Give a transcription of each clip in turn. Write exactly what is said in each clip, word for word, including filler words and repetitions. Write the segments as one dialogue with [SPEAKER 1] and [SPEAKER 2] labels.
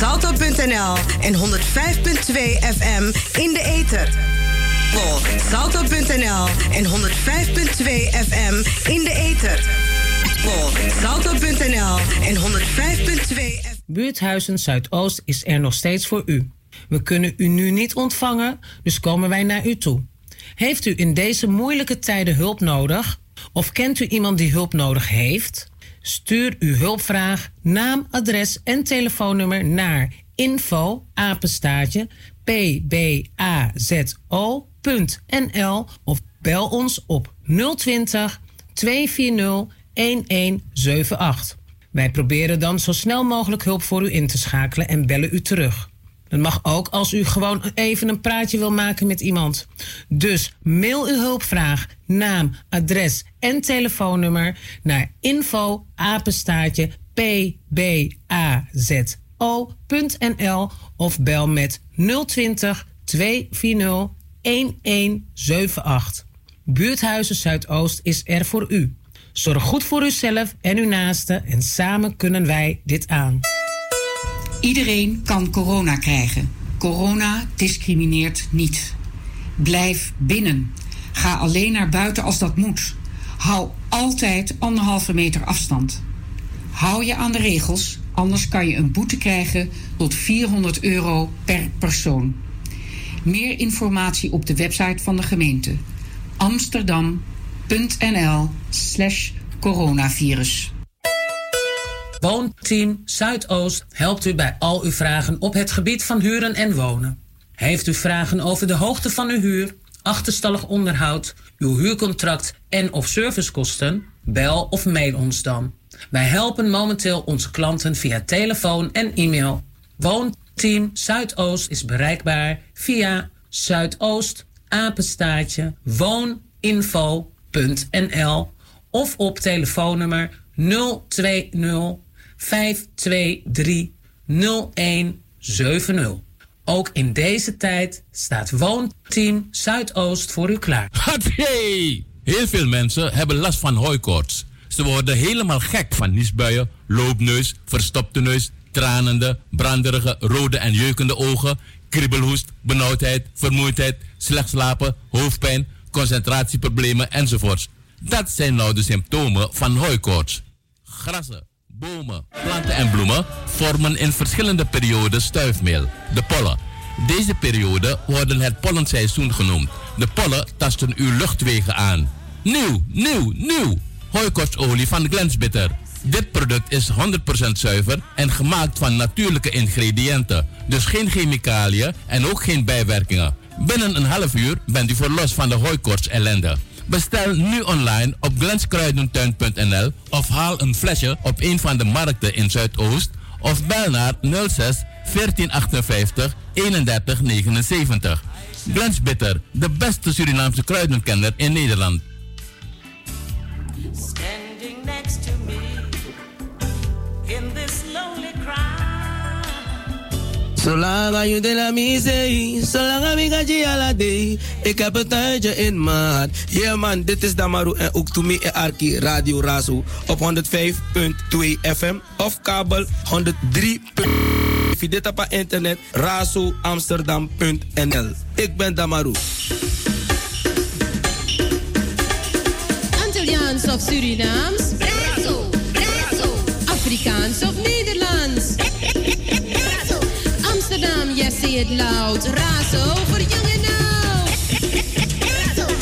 [SPEAKER 1] salto punt n l en honderd vijf punt twee F M in de ether. salto punt n l en honderd vijf punt twee F M in de ether. salto punt n l en honderd vijf punt twee F M.
[SPEAKER 2] Buurthuizen Zuidoost is er nog steeds voor u. We kunnen u nu niet ontvangen, dus komen wij naar u toe. Heeft u in deze moeilijke tijden hulp nodig? Of kent u iemand die hulp nodig heeft? Stuur uw hulpvraag, naam, adres en telefoonnummer naar info apenstaartje p b a z o punt n l of bel ons op nul twintig, twee vier nul, een een zeven acht. Wij proberen dan zo snel mogelijk hulp voor u in te schakelen en bellen u terug. Dat mag ook als u gewoon even een praatje wil maken met iemand. Dus mail uw hulpvraag, naam, adres en telefoonnummer naar info apenstaartje p b a z o punt n l of bel met nul twintig, twee vier nul, een een zeven acht. Buurthuizen Zuidoost is er voor u. Zorg goed voor uzelf en uw naasten en samen kunnen wij dit aan.
[SPEAKER 3] Iedereen kan corona krijgen. Corona discrimineert niet. Blijf binnen. Ga alleen naar buiten als dat moet. Hou altijd anderhalve meter afstand. Hou je aan de regels, anders kan je een boete krijgen tot vierhonderd euro per persoon. Meer informatie op de website van de gemeente. amsterdam punt n l slash coronavirus.
[SPEAKER 2] Woonteam Zuidoost helpt u bij al uw vragen op het gebied van huren en wonen. Heeft u vragen over de hoogte van uw huur, achterstallig onderhoud, uw huurcontract en of servicekosten? Bel of mail ons dan. Wij helpen momenteel onze klanten via telefoon en e-mail. Woonteam Zuidoost is bereikbaar via Zuidoost apenstaartje wooninfo punt n l of op telefoonnummer nul twee nul, vijf twee drie, nul een zeven nul. Ook in deze tijd staat Woonteam Zuidoost voor u klaar.
[SPEAKER 4] Hatsé! Heel veel mensen hebben last van hooikoorts. Ze worden helemaal gek van niesbuien, loopneus, verstopte neus, tranende, branderige, rode en jeukende ogen, kriebelhoest, benauwdheid, vermoeidheid, slecht slapen, hoofdpijn, concentratieproblemen enzovoorts. Dat zijn nou de symptomen van hooikoorts. Grassen, bomen, planten en bloemen vormen in verschillende perioden stuifmeel, de pollen. Deze periode worden het pollenseizoen genoemd. De pollen tasten uw luchtwegen aan. Nieuw, nieuw, nieuw! Hooikoortsolie van Glensbitter. Dit product is honderd procent zuiver en gemaakt van natuurlijke ingrediënten. Dus geen chemicaliën en ook geen bijwerkingen. Binnen een half uur bent u verlost van de hooikoorts ellende. Bestel nu online op glenskruidentuin punt n l of haal een flesje op een van de markten in Zuidoost of bel naar nul zes, veertien achtenvijftig, eenendertig negenenzeventig. Glensbitter, de beste Surinaamse kruidenkenner in Nederland.
[SPEAKER 5] Standing next to me in this lonely crowd.
[SPEAKER 6] Zolang aan je de la misee, zolang aan ik je ala day, ik heb een tuintje in maat. Yeah man, dit is Damaru en ook to me en Arki Radio Razo op honderd vijf punt twee F M of kabel honderd drie punt nul. Via dit op internet razo amsterdam punt n l. Ik ben Damaru.
[SPEAKER 7] Antilliaans of Surinaams? Razo, Razo. Afrikaans of Nederlands? Razo. Amsterdam, yes, say it loud. Razo voor jong en oud. Razo.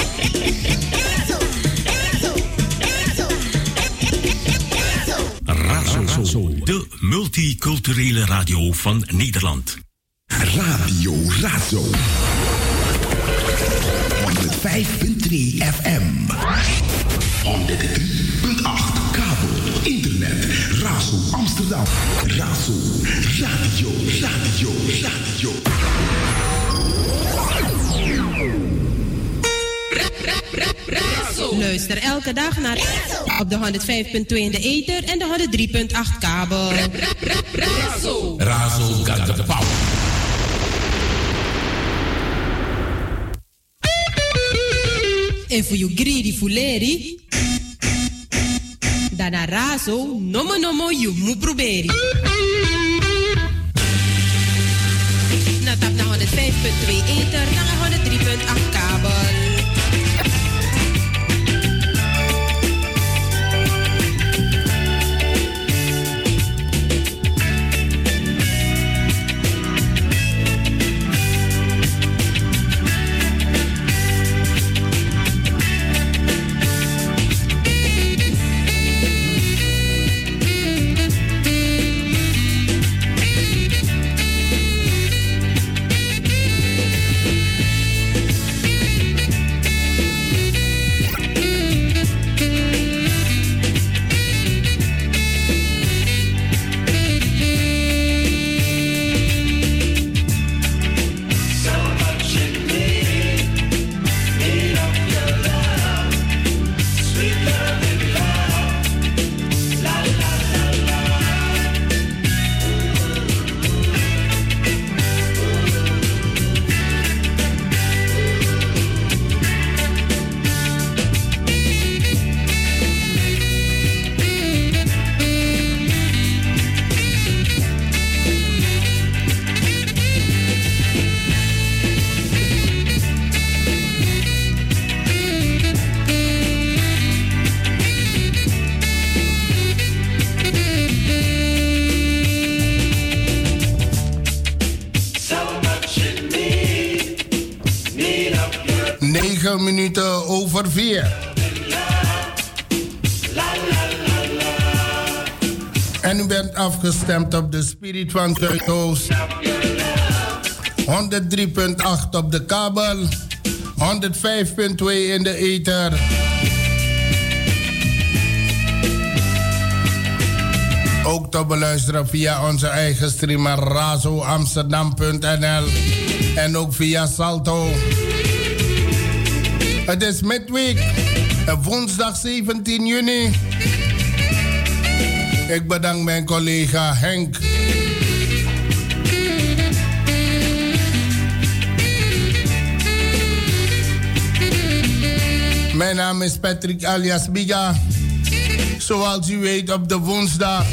[SPEAKER 8] Razo, Razo, de multiculturele radio van Nederland.
[SPEAKER 9] Radio Razo. honderd vijf punt twee F M. honderd drie punt acht kabel, internet, Razo Amsterdam. Razo, radio, radio, radio.
[SPEAKER 7] Luister elke dag naar op de honderd vijf punt twee in de ether en de honderd drie punt acht kabel.
[SPEAKER 8] Razo. Razo got the power.
[SPEAKER 7] En voor you greedy fuleri, dan naar Razo, nomo nomo you mu proberi.
[SPEAKER 10] negen minuten over vier. En u bent afgestemd op de Spirit van Zuidoost. honderd drie komma acht op de kabel. honderdvijf komma twee in de ether. Ook te beluisteren via onze eigen streamer razo amsterdam punt n l. En ook via Salto. Het is midweek. Woensdag zeventien juni. Ik bedank mijn collega Henk. Mijn naam is Patrick alias Biga. Zoals u weet op de woensdag.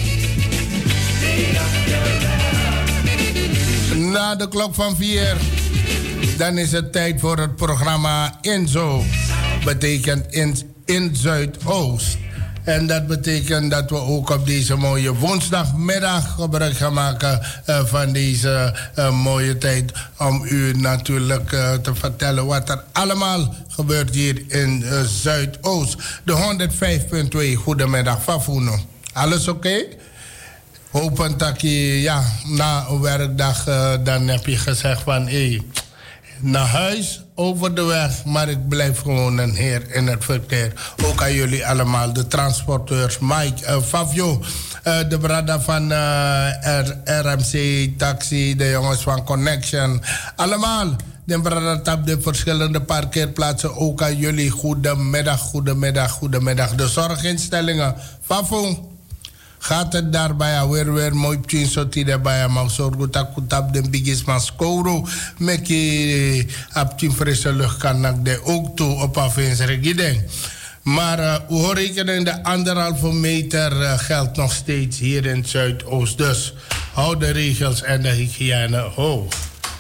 [SPEAKER 10] Na de klok van vier. Dan is het tijd voor het programma Inzo. Betekent in, in Zuidoost. En dat betekent dat we ook op deze mooie woensdagmiddag gebruik gaan maken uh, van deze uh, mooie tijd. Om u natuurlijk uh, te vertellen wat er allemaal gebeurt hier in uh, Zuidoost. De honderdvijf komma twee. Goedemiddag, Fafuno. Alles oké? Okay? Hopend dat je, ja, na een werkdag uh, dan heb je gezegd van hé, hey, naar huis, over de weg, maar ik blijf gewoon een heer in het verkeer. Ook aan jullie allemaal, de transporteurs, Mike, uh, Fabio, uh, de brada van uh, R M C Taxi, de jongens van Connection, allemaal. De brada op de verschillende parkeerplaatsen, ook aan jullie. Goedemiddag, goedemiddag, goedemiddag. De zorginstellingen, Fafo. Gaat het daarbij weer weer mooi pijn zo die daarbij maar zorg dat ik op de biggest man scoren met je op die frisse lucht kan ik de ook toe op afwezigheid. Maar uh, hoe rekenen de anderhalve meter uh, geldt nog steeds hier in Zuidoost. Dus hou de regels en de hygiëne hoog.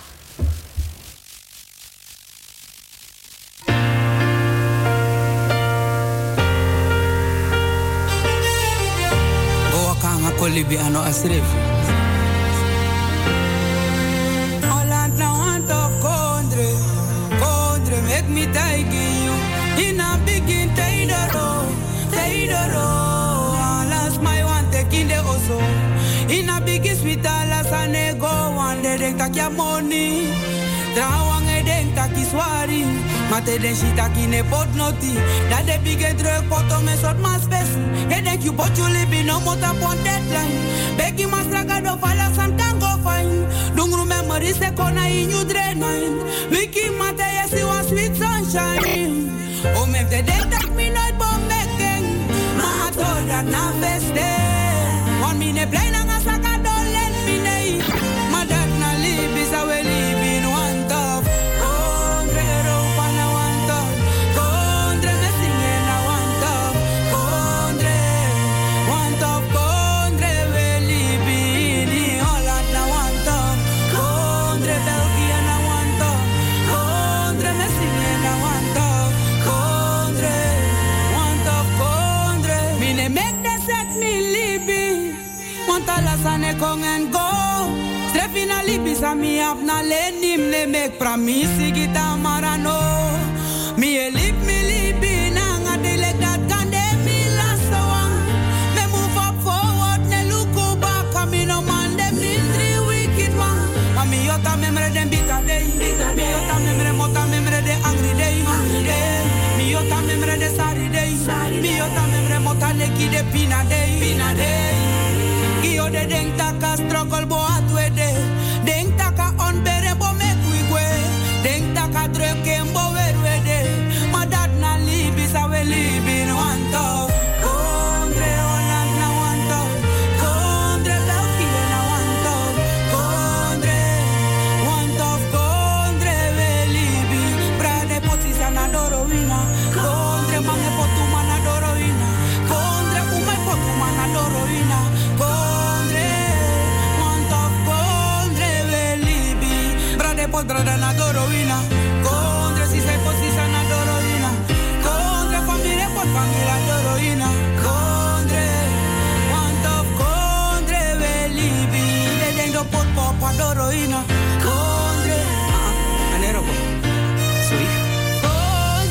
[SPEAKER 11] Libi ano asref. Holland now want of country, country make me take you. In a begin Taidoro, Taidoro. Alas my one take in the oso. In a big sweet alas ane go one de denk tak ya money. Trouwang e denk tak iswari. Mate den shitaki ne pot noti. Dat de big druk pot om een soort mas best. E denk you pot you libi no mota pon deadline. Beki mas tragado fala san tango fine. Dungru memories se kona in you drenain. Wiki mate yesi was sweet sunshine. O me de denk tak mi nooit bom beking. Ma atol dat na beste. Want mi ne blij na nga saka dolen mi ne. Ma dat na libi sa we libi no one tough. Sane kong en go. Strefina libi sa mi ap na lenim ne mek pramisi gita marano. Mi e lip mi libi na nga delek dat kande mi lastawang. Me move up forward ne luku back. Kami no man dem in three wicked one. Ma mi yota memre dem bita day. Mi yota memre mota memre de angry day. Mi yota memre de sari day. Mi yota memre mota leki de pina day. Pina day. Yo de denk taka struggle bo atwede. Denk taka onbere bo mekwe. Denk taka druk en bo werwede. Maar dat na libi sa we libi no anto. Kondre Holland na wanto. Kondre België na wanto. Kondre wanto kondre we libi. Brade potisa na dorowina. Kondre mange potuma na dorowina. Kondre umay potuma na dorowina. Podrada na dorowina, kondre si sei posisa na dorowina, kondre famire pot famila dorowina, kondre want of kondre we libi, de dendo pot popa dorowina, kondre ah, anero ko, sorry, kondre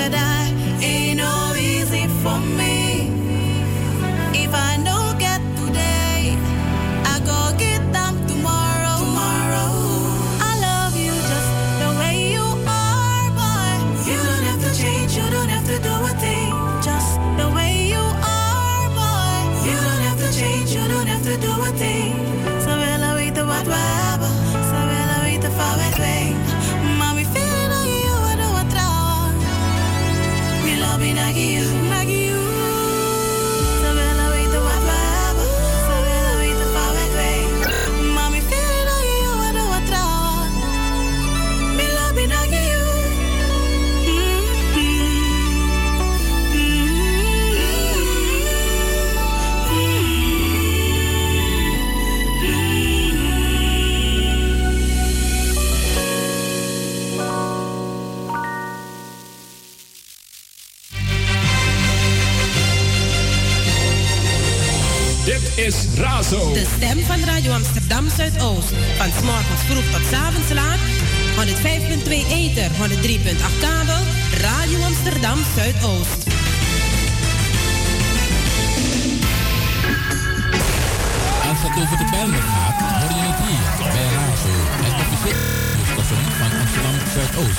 [SPEAKER 12] said I ain't no easy for me. If I no get today, I go get them tomorrow. Tomorrow. I love you just the way you are, boy. You don't have to change, you don't have to do a thing. Just the way you are, boy. You don't have to change, you don't have to do a thing. Ze willen weten wat we hebben, ze willen weten van wat wij. Maar we feeling like you, we doen het trouwen. We love me like you, like you. Ze willen weten wat we hebben, ze willen weten van wat wij. Maar we feeling like you, we doen het trouwen. We love me like you.
[SPEAKER 13] Dit is Razo.
[SPEAKER 7] De stem van Radio Amsterdam Zuidoost. Van 's morgens vroeg tot 's avonds laat. honderdvijf komma twee ether, honderddrie komma acht kabel. Radio Amsterdam Zuidoost.
[SPEAKER 4] Als het over de Bijlmer gaat, hoor je het hier bij Razo. Het officiële nieuwsstation van Amsterdam Zuidoost.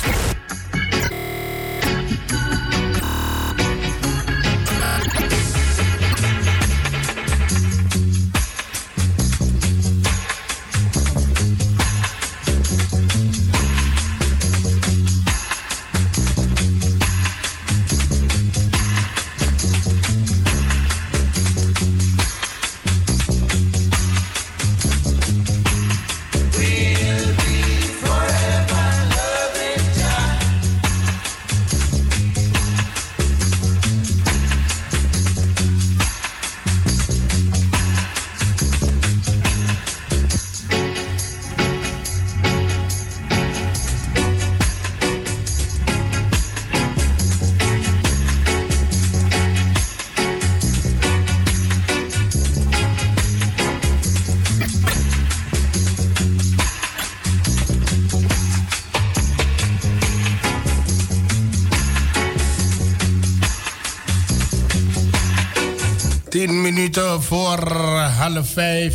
[SPEAKER 10] Tien minuten voor half vijf.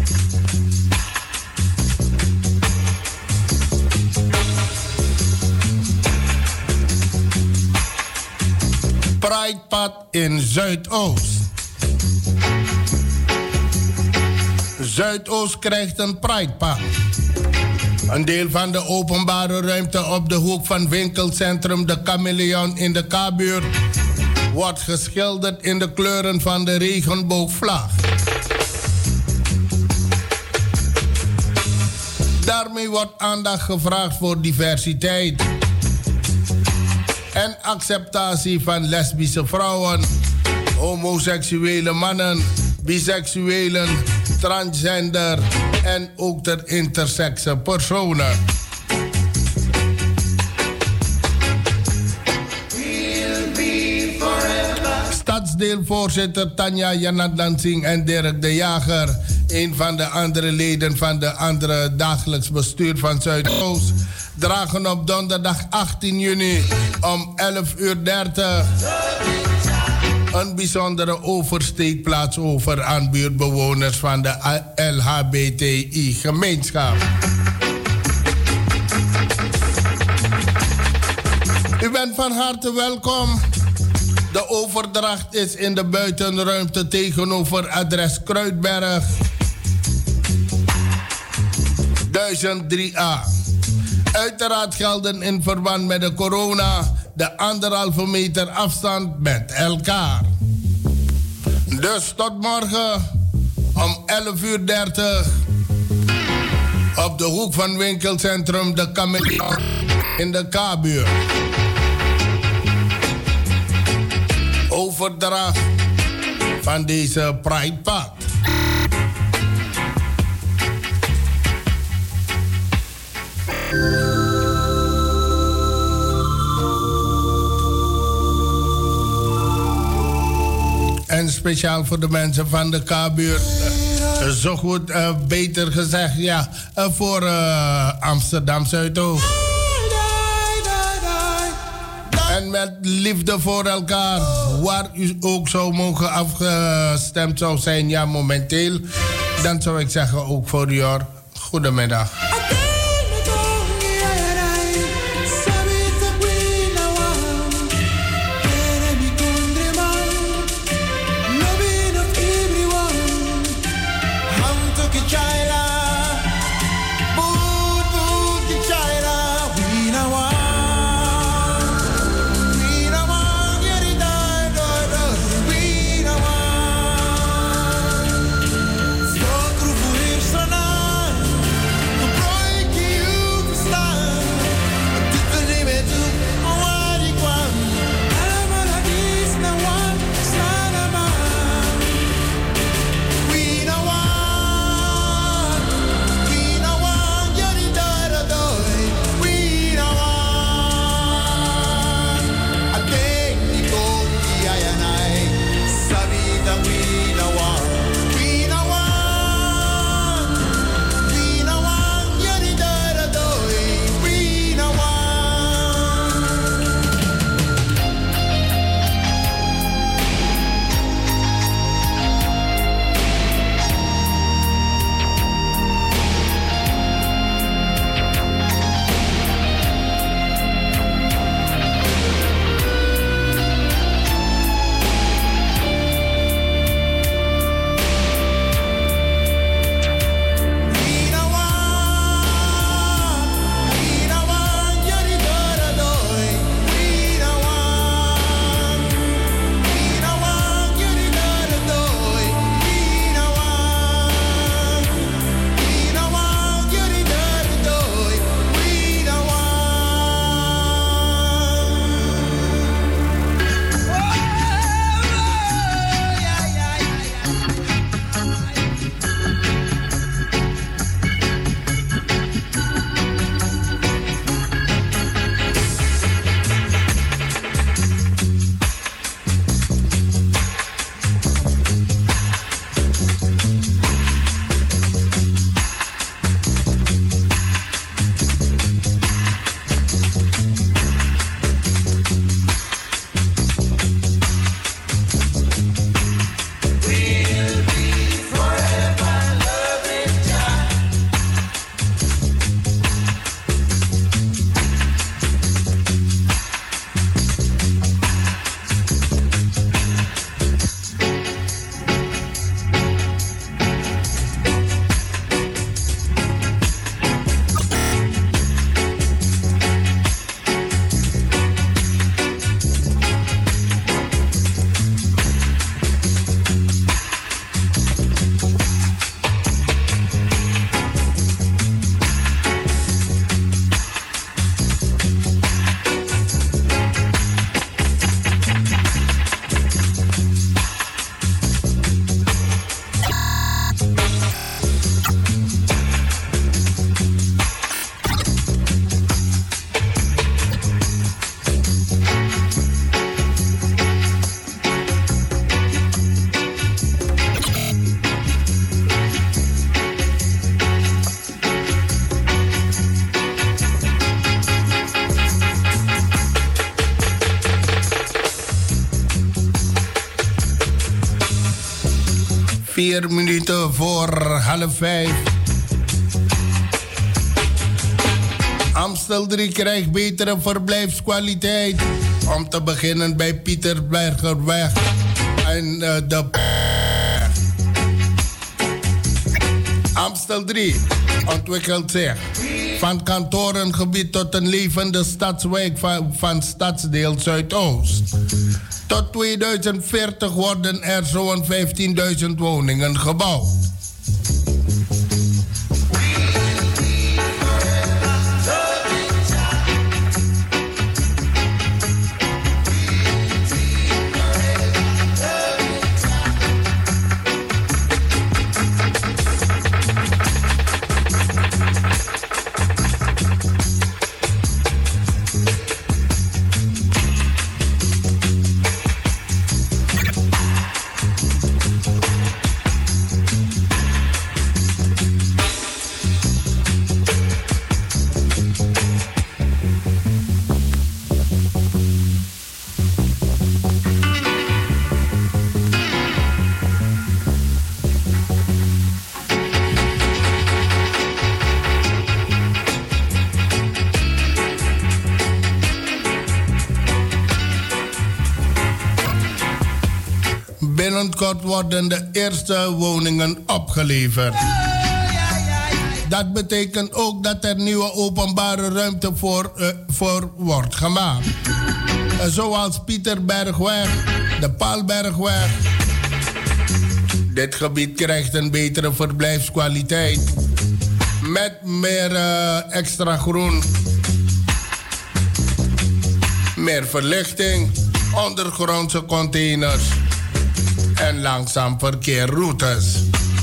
[SPEAKER 10] Pridepad in Zuidoost. Zuidoost krijgt een Pridepad. Een deel van de openbare ruimte op de hoek van winkelcentrum De Chameleon in de K-buurt wordt geschilderd in de kleuren van de regenboogvlag. Daarmee wordt aandacht gevraagd voor diversiteit en acceptatie van lesbische vrouwen, homoseksuele mannen, biseksuelen, transgender en ook de intersexe personen. Stadsdeelvoorzitter Tanja Janat-Lansing en Dirk de Jager, een van de andere leden van de andere dagelijks bestuur van Zuidoost, dragen op donderdag achttien juni om elf uur dertig een bijzondere oversteekplaats over aan buurtbewoners van de L H B T I-gemeenschap. U bent van harte welkom. De overdracht is in de buitenruimte tegenover adres Kruidberg duizend drie A. Uiteraard gelden in verband met de corona de anderhalve meter afstand met elkaar. Dus tot morgen om elf uur dertig op de hoek van winkelcentrum De Chameleon in de K-buurt. Overdracht van deze Pridepad. En speciaal voor de mensen van de K-buurt. Uh, zo goed, uh, beter gezegd, ja, uh, voor uh, Amsterdam Zuidoost. En met liefde voor elkaar. Waar u ook zou mogen afgestemd zou zijn, ja, momenteel. Dan zou ik zeggen, ook voor u, hoor. Goedemiddag. Vier minuten voor half vijf. Amstel drie krijgt betere verblijfskwaliteit. Om te beginnen bij Pietersbergerweg en uh, de... Amstel drie ontwikkelt zich van kantorengebied tot een levende stadswijk van, van stadsdeel Zuidoost. Tot tweeduizend veertig worden er zo'n vijftienduizend woningen gebouwd. Binnenkort worden de eerste woningen opgeleverd. Dat betekent ook dat er nieuwe openbare ruimte voor, uh, voor wordt gemaakt. Uh, zoals Pieterbergweg, de Paalbergweg. Dit gebied krijgt een betere verblijfskwaliteit. Met meer uh, extra groen. Meer verlichting, ondergrondse containers en langzaam verkeerroutes.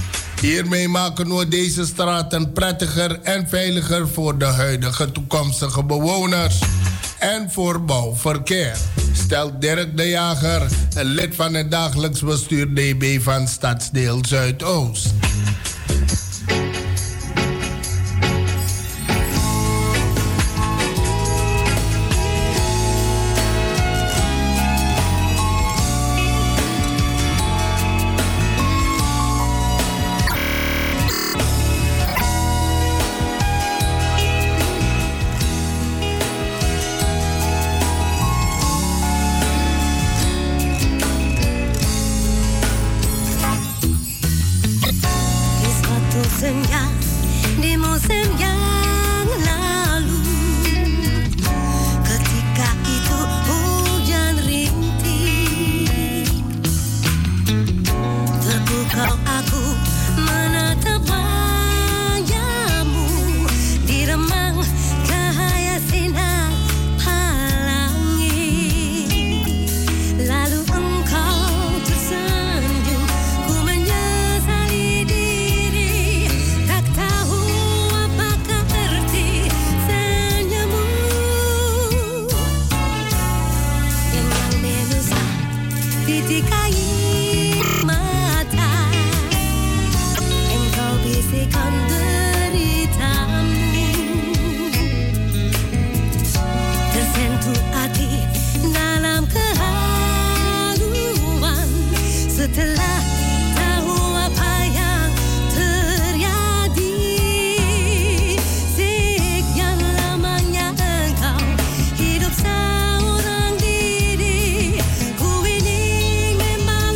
[SPEAKER 10] Hiermee maken we deze straten prettiger en veiliger voor de huidige toekomstige bewoners en voor bouwverkeer. Stelt Dirk de Jager, een lid van het dagelijks bestuur D B van Stadsdeel Zuidoost.
[SPEAKER 14] Ku ini memang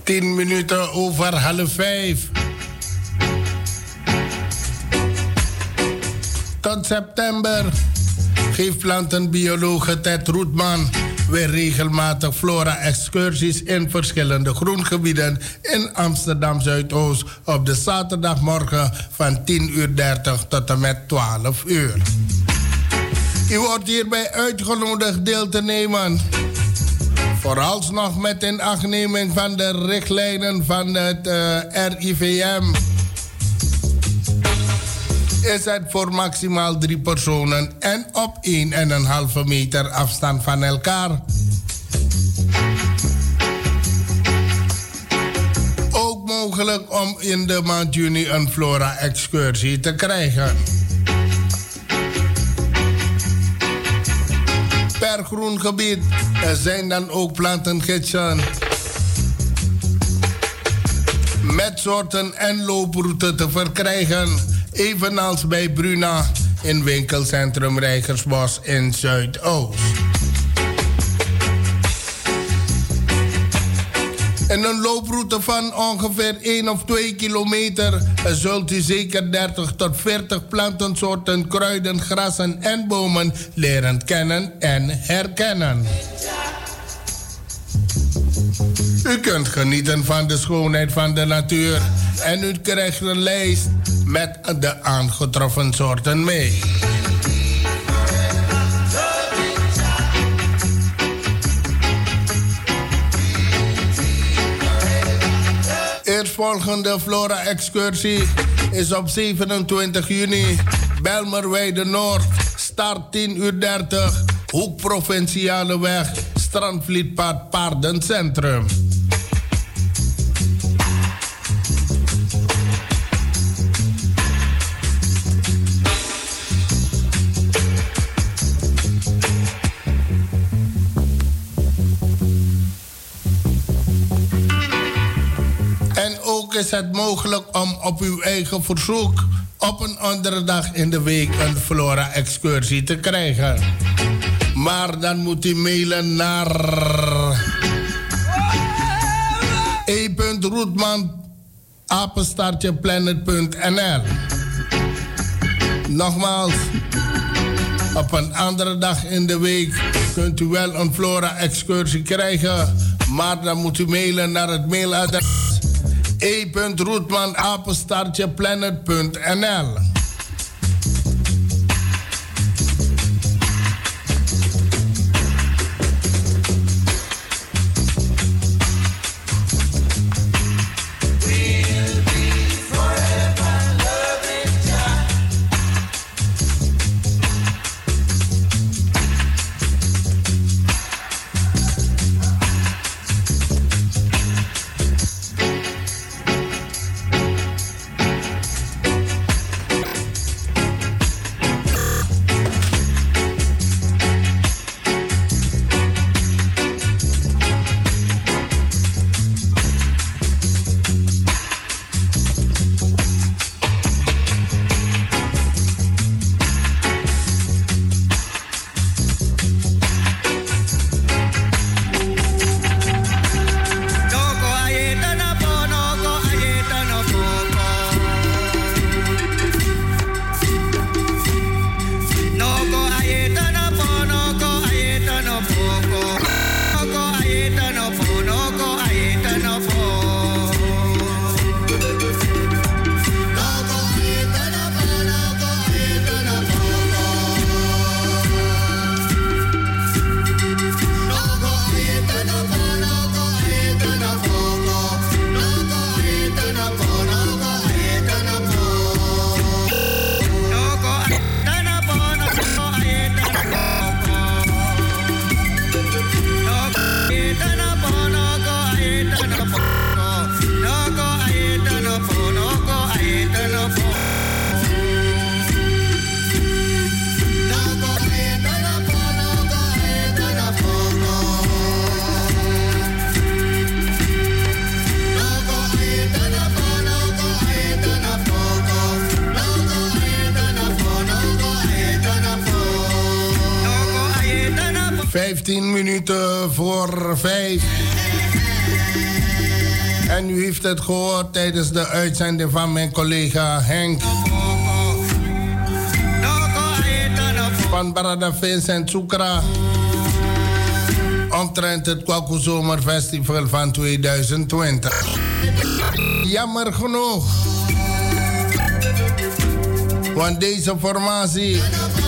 [SPEAKER 10] tien minuten over half vijf. Tot september geeft plantenbiologe Ted Roetman weer regelmatig flora-excursies in verschillende groengebieden in Amsterdam Zuidoost op de zaterdagmorgen van tien uur dertig tot en met twaalf uur. U wordt hierbij uitgenodigd deel te nemen. Vooralsnog met inachtneming van de richtlijnen van het uh, R I V M is het voor maximaal drie personen en op één en een halve meter afstand van elkaar. Ook mogelijk om in de maand juni een flora-excursie te krijgen. Per groengebied er zijn dan ook plantengidsen met soorten en looproute te verkrijgen. Evenals bij Bruna in winkelcentrum Rijgersbos in Zuidoost. In een looproute van ongeveer één of twee kilometer zult u zeker dertig tot veertig plantensoorten, kruiden, grassen en bomen leren kennen en herkennen. U kunt genieten van de schoonheid van de natuur en u krijgt een lijst met de aangetroffen soorten mee. Eerstvolgende flora-excursie is op zevenentwintig juni, Belmerweide Noord, start tien uur dertig, Hoek Provinciale Weg, Strandvlietpad Paardencentrum. En ook is het mogelijk om op uw eigen verzoek op een andere dag in de week een flora-excursie te krijgen. Maar dan moet u mailen naar e punt roetman apenstaartje planet punt n l. Nogmaals, op een andere dag in de week kunt u wel een flora-excursie krijgen, maar dan moet u mailen naar het mailadres e punt roetman apenstaartje planet punt n l. vijftien minuten voor vijf. En u heeft het gehoord tijdens de uitzending van mijn collega Henk. Van Barada Vincent Soekra. Omtrent het Kwaku Zomerfestival van tweeduizend twintig. Jammer genoeg. Want deze formatie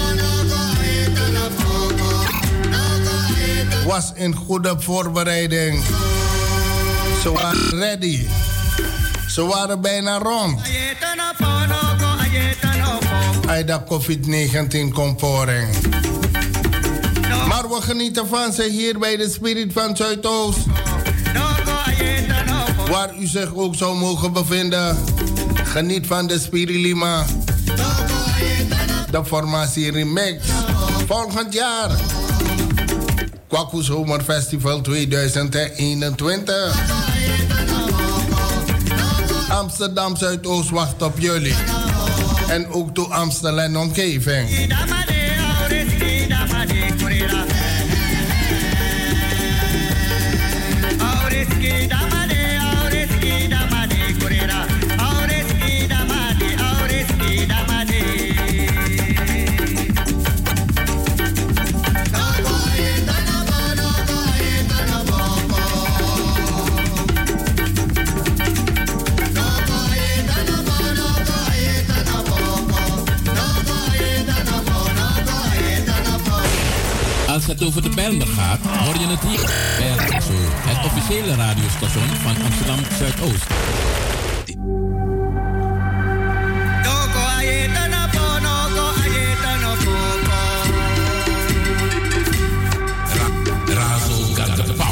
[SPEAKER 10] was in goede voorbereiding. Ze waren ready. Ze waren bijna rond. Uit de covid negentien komporing. Maar we genieten van ze hier bij de Spirit van Zuidoost. Waar u zich ook zou mogen bevinden. Geniet van de Spirilima. De formatie remix. Volgend jaar. Kwaku Zomerfestival tweeduizend eenentwintig. Amsterdam Zuidoost wacht op jullie. En ook toe Amstel en omgeving.
[SPEAKER 4] Als het over de Bijlmer gaat, hoor je het hier bij Razo, het officiële radiostation van Amsterdam Zuidoost. Razo got the power.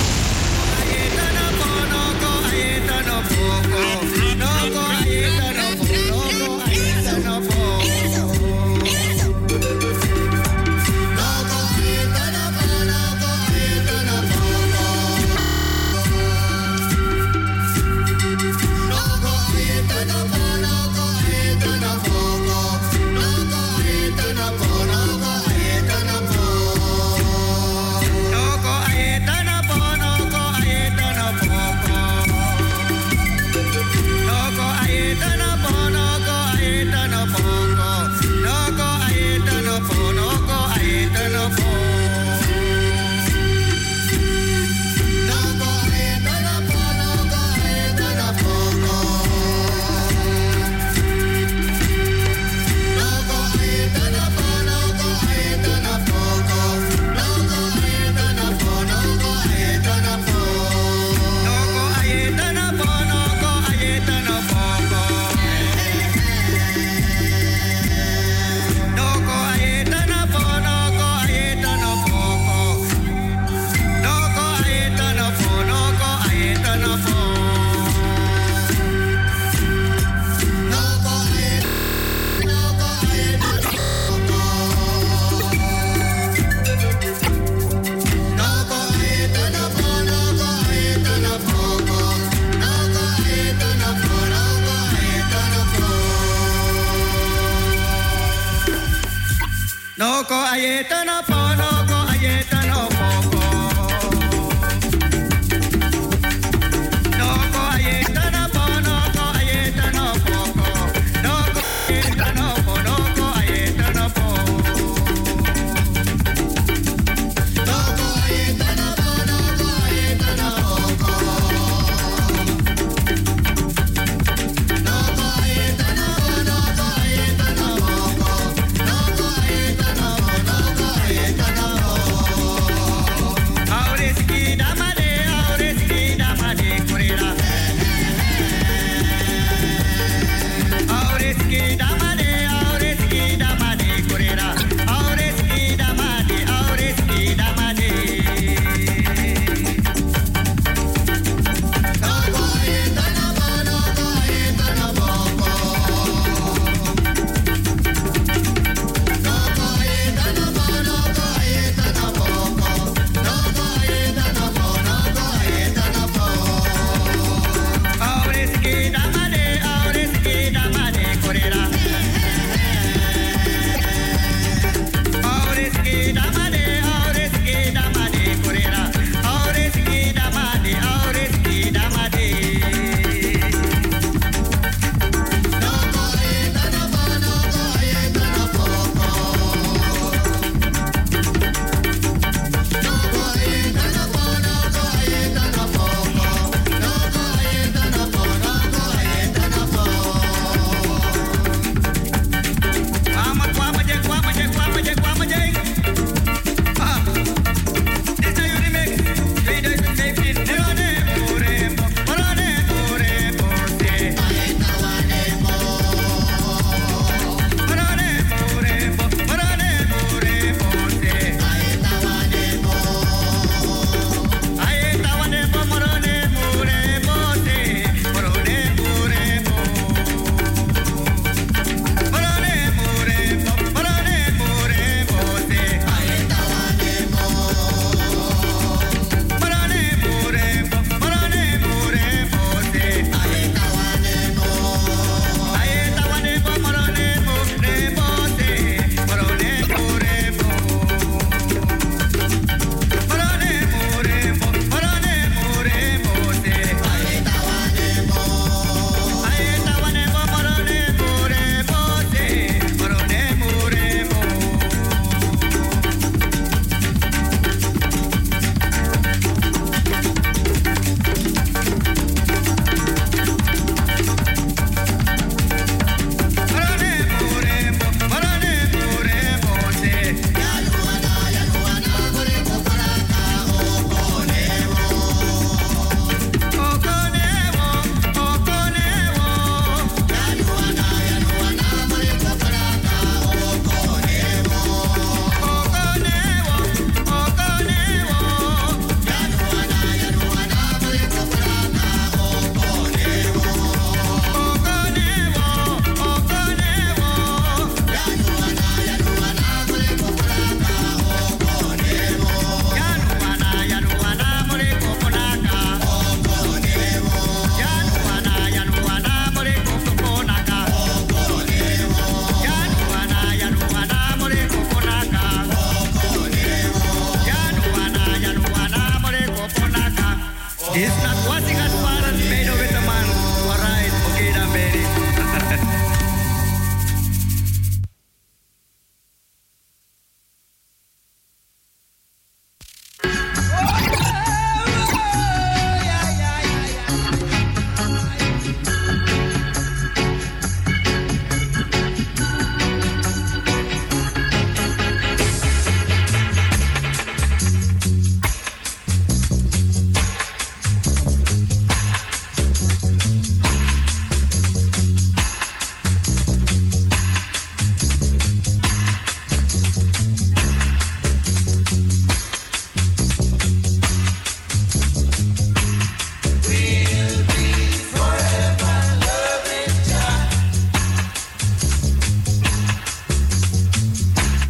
[SPEAKER 14] Noko ayeta no po, noko ayeta no po. Noko ayeta no po, noko ayeta no po. Noko ayeta no po, noko ayeta no po. Noko ayeta no po, noko ayeta no po. Noko ayeta no po, noko ayeta no po. Noko ayeta no po, noko ayeta no po.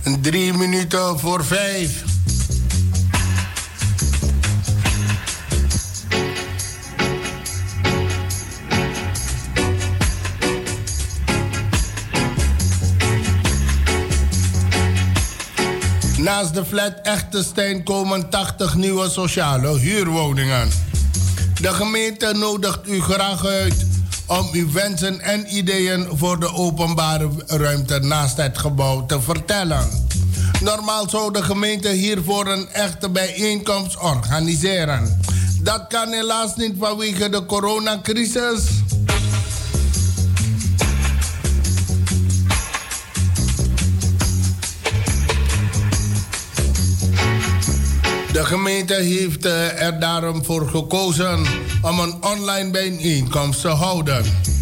[SPEAKER 10] Drie minuten voor vijf. Naast de flat Echtestein komen tachtig nieuwe sociale huurwoningen. De gemeente nodigt u graag uit om uw wensen en ideeën voor de openbare ruimte naast het gebouw te vertellen. Normaal zou de gemeente hiervoor een echte bijeenkomst organiseren. Dat kan helaas niet vanwege de coronacrisis. De gemeente heeft er daarom voor gekozen om een online bijeenkomst te houden.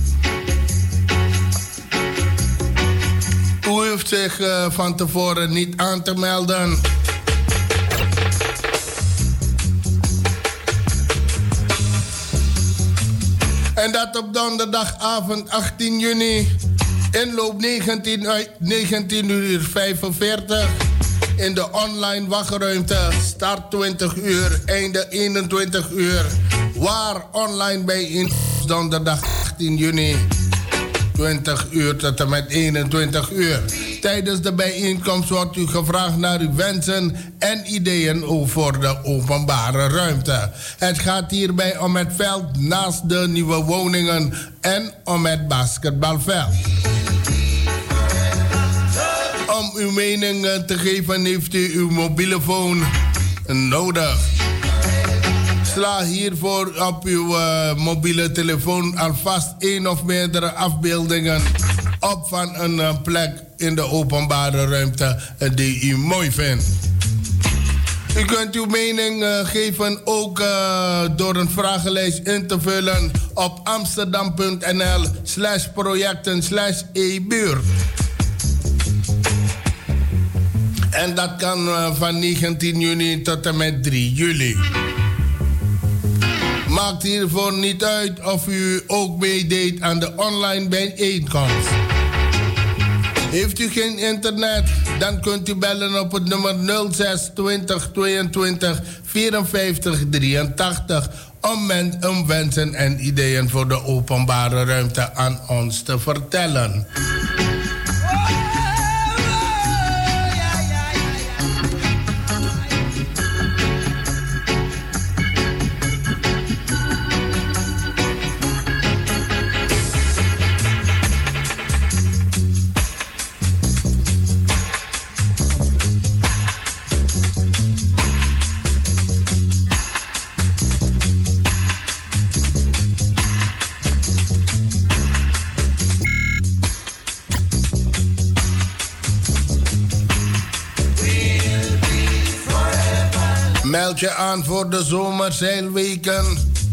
[SPEAKER 10] U hoeft zich van tevoren niet aan te melden. En dat op donderdagavond achttien juni, inloop negentien uur vijfenveertig... in de online wachtruimte, start twintig uur, einde eenentwintig uur. Waar online bijeenkomst donderdag achttien juni, twintig uur tot en met eenentwintig uur. Tijdens de bijeenkomst wordt u gevraagd naar uw wensen en ideeën over de openbare ruimte. Het gaat hierbij om het veld naast de nieuwe woningen en om het basketbalveld. Om uw mening te geven heeft u uw mobiele phone nodig. Sla hiervoor op uw uh, mobiele telefoon alvast één of meerdere afbeeldingen op van een uh, plek in de openbare ruimte uh, die u mooi vindt. U kunt uw mening uh, geven ook uh, door een vragenlijst in te vullen op amsterdam.nl slash projecten slash e-buurt. En dat kan uh, van negentien juni tot en met drie juli. Maakt hiervoor niet uit of u ook meedeed aan de online bijeenkomst. Heeft u geen internet, dan kunt u bellen op het nummer nul zes twintig tweeëntwintig vierenvijftig drieëntachtig... om men om wensen en ideeën voor de openbare ruimte aan ons te vertellen. Meld je aan voor de zomerzeilweken.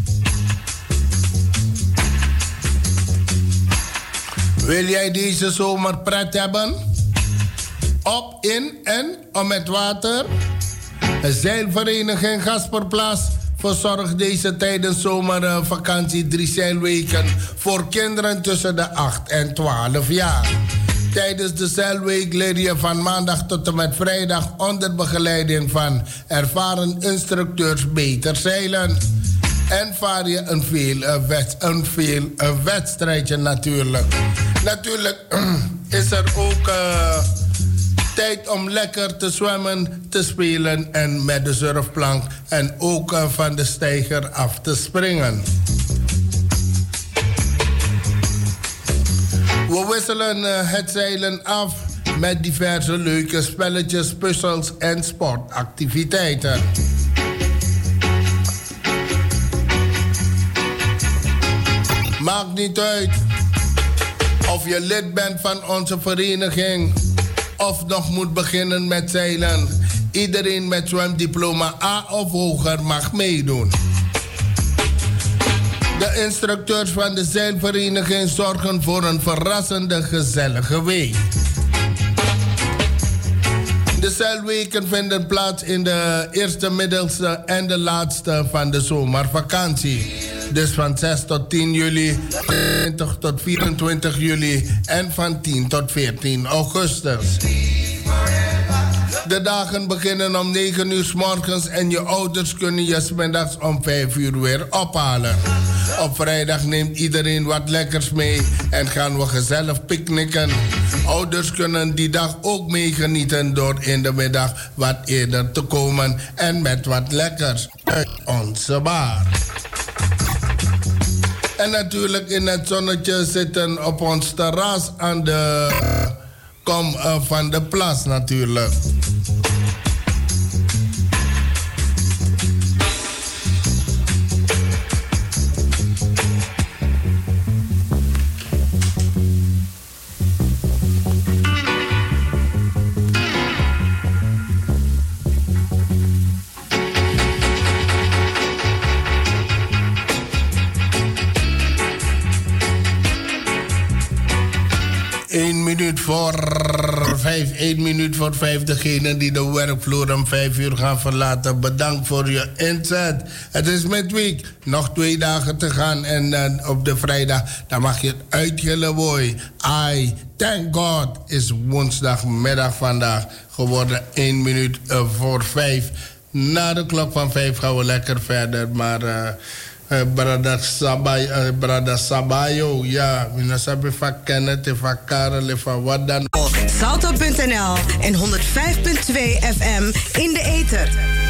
[SPEAKER 10] Wil jij deze zomer pret hebben? Op, in en om het water? De zeilvereniging Gasperplas verzorgt deze tijdens zomervakantie drie zeilweken voor kinderen tussen de acht en twaalf jaar. Tijdens de zeilweek leer je van maandag tot en met vrijdag onder begeleiding van ervaren instructeurs beter zeilen. En vaar je een, veel, een, wet, een, veel, een wedstrijdje natuurlijk. Natuurlijk is er ook uh, tijd om lekker te zwemmen, te spelen en met de surfplank en ook uh, van de steiger af te springen. We wisselen uh, het zeilen af met diverse leuke spelletjes, puzzels en sportactiviteiten. Maakt niet uit of je lid bent van onze vereniging of nog moet beginnen met zeilen. Iedereen met zwemdiploma A of hoger mag meedoen. De instructeurs van de zeilvereniging zorgen voor een verrassende gezellige week. De zeilweken vinden plaats in de eerste, middelste en de laatste van de zomervakantie. Dus van zes tot tien juli, twintig tot vierentwintig juli en van tien tot veertien augustus. De dagen beginnen om negen uur 's morgens en je ouders kunnen je 's middags om vijf uur weer ophalen. Op vrijdag neemt iedereen wat lekkers mee en gaan we gezellig picknicken. Ouders kunnen die dag ook meegenieten door in de middag wat eerder te komen en met wat lekkers uit onze bar. En natuurlijk in het zonnetje zitten op ons terras aan de kom uh, van de plas natuurlijk. Eén minuut voor vijf, één minuut voor vijf. Degenen die de werkvloer om vijf uur gaan verlaten, bedankt voor je inzet. Het is midweek, nog twee dagen te gaan. En uh, op de vrijdag, dan mag je het uitgillen, boy. I thank God, is woensdagmiddag vandaag geworden. één minuut uh, voor vijf. Na de klok van vijf gaan we lekker verder, maar... Uh, Uh, brada Sabayo, uh, brada Sabayo, ja, we sabi van Kenneth, van Karel, van wat dan.
[SPEAKER 1] Salto punt n l en honderd vijf punt twee F M in de ether.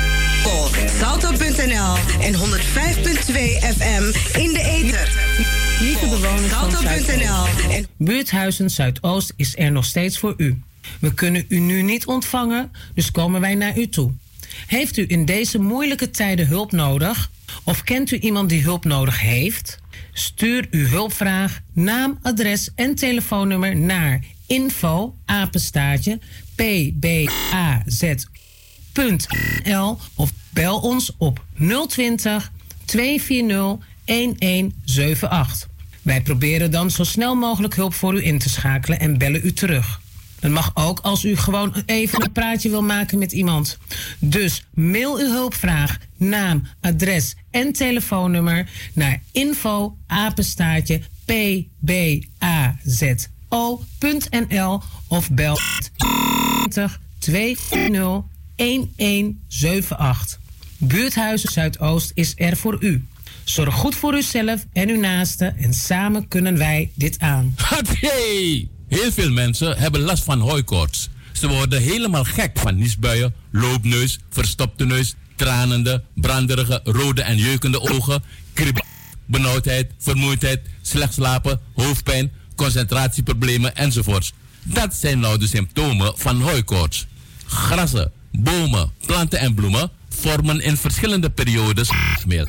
[SPEAKER 1] Salto punt n l en honderd vijf punt twee F M in de ether.
[SPEAKER 2] Lieve bewoners van
[SPEAKER 1] Zuidoost
[SPEAKER 2] en Buurthuizen Zuidoost is er nog steeds voor u. We kunnen u nu niet ontvangen, dus komen wij naar u toe. Heeft u in deze moeilijke tijden hulp nodig? Of kent u iemand die hulp nodig heeft? Stuur uw hulpvraag, naam, adres en telefoonnummer naar info apenstaartje p b a z punt n l of bel ons op nul twintig, twee vier nul, een een zeven acht. Wij proberen dan zo snel mogelijk hulp voor u in te schakelen en bellen u terug. Het mag ook als u gewoon even een praatje wil maken met iemand. Dus mail uw hulpvraag, naam, adres en telefoonnummer naar info apenstaartje p b a z o punt n l of bel twintig, twee vier nul, een een zeven acht. Buurthuizen Zuidoost is er voor u. Zorg goed voor uzelf en uw naasten en samen kunnen wij dit aan.
[SPEAKER 4] Hey! Heel veel mensen hebben last van hooikoorts. Ze worden helemaal gek van niesbuien, loopneus, verstopte neus, tranende, branderige, rode en jeukende ogen, kriebel, benauwdheid, vermoeidheid, slecht slapen, hoofdpijn, concentratieproblemen enzovoorts. Dat zijn nou de symptomen van hooikoorts. Grassen, bomen, planten en bloemen vormen in verschillende periodes meel.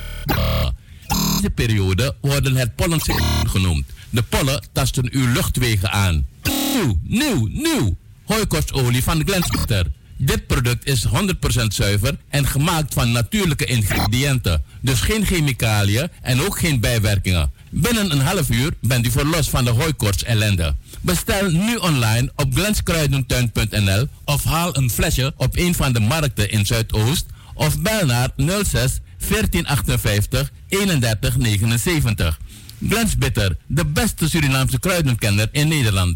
[SPEAKER 4] In deze periode worden het pollencycloon genoemd. De pollen tasten uw luchtwegen aan. Nieuw, nieuw, nieuw. Hooikoortsolie van Glensbitter. Dit product is honderd procent zuiver en gemaakt van natuurlijke ingrediënten. Dus geen chemicaliën en ook geen bijwerkingen. Binnen een half uur bent u verlost van de hooikoorts ellende. Bestel nu online op glenskruidentuin punt n l of haal een flesje op een van de markten in Zuidoost of bel naar nul zes, veertien achtenvijftig, eenendertig negenenzeventig. Glensbitter, de beste Surinaamse kruidenkenner in Nederland.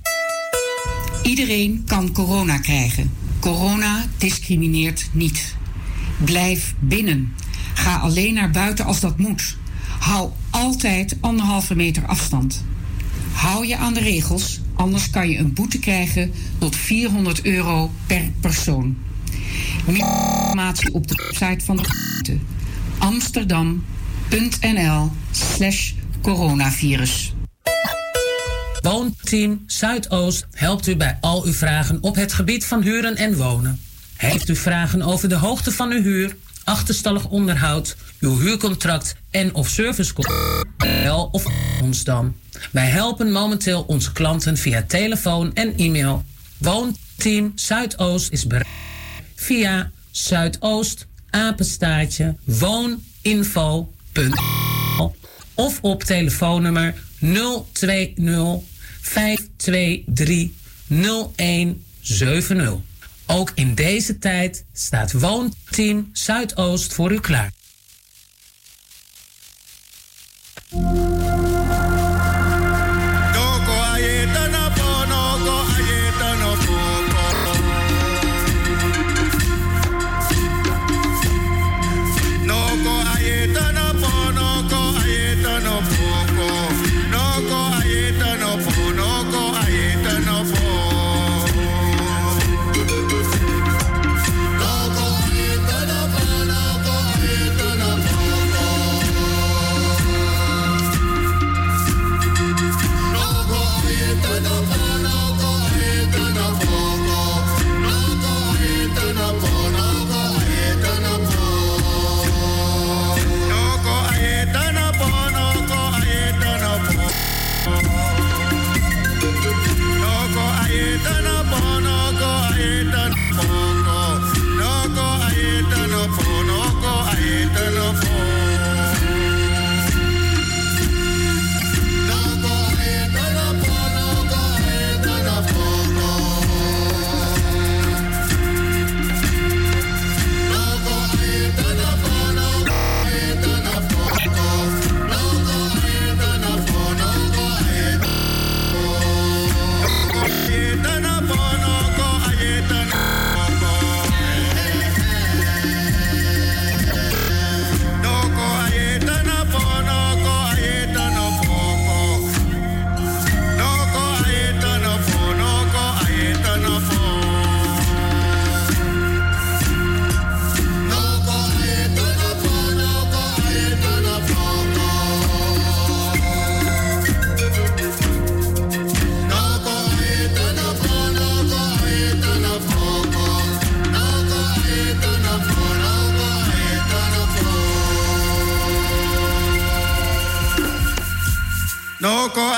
[SPEAKER 3] Iedereen kan corona krijgen. Corona discrimineert niet. Blijf binnen. Ga alleen naar buiten als dat moet. Hou altijd anderhalve meter afstand. Hou je aan de regels, anders kan je een boete krijgen tot vierhonderd euro per persoon. Meer informatie op de website van de gemeente amsterdam punt n l slash coronavirus.
[SPEAKER 2] Woonteam Zuidoost helpt u bij al uw vragen op het gebied van huren en wonen. Heeft u vragen over de hoogte van uw huur, achterstallig onderhoud, uw huurcontract en of servicecontract? Bel of ons dan. Wij helpen momenteel onze klanten via telefoon en e-mail. Woonteam Zuidoost is bereid via Zuidoost apenstaartje wooninfo punt n l of op telefoonnummer nul twee nul, vijf twee drie, nul een zeven nul. Ook in deze tijd staat Woonteam Zuidoost voor u klaar.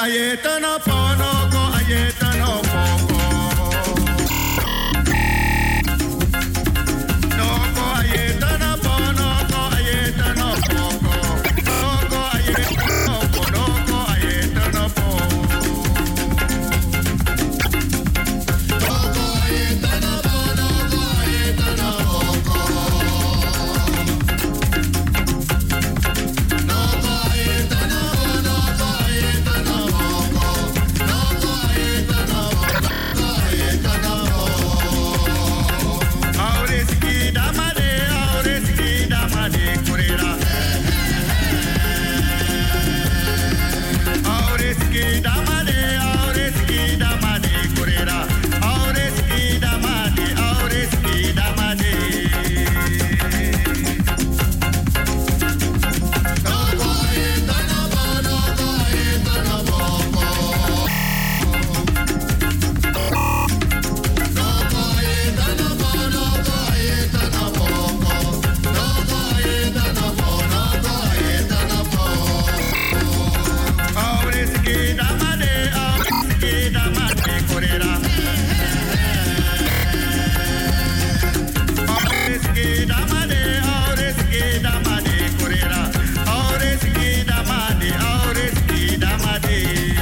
[SPEAKER 14] ayeta no ponoko, ayeta no poko. Noko ayeta no ponoko, ayeta no poko. Noko ayeta no ponoko, ayeta no poko. Noko ayeta no ponoko, ayeta no poko. Noko ayeta no ponoko, ayeta no poko. Noko ayeta no ponoko, ayeta no poko. Aureski damade, aureski damade kurera. Aureski damade, aureski damade kurera. Aureski damade, aureski damade. Noko ayeta no ponoko, ayeta no poko. Noko ayeta no ponoko, ayeta no poko. Noko ayeta no ponoko, ayeta no poko. Aureski damade, aureski damade kurera. Aureski damade, aureski damade kurera. Aureski damade, aureski damade.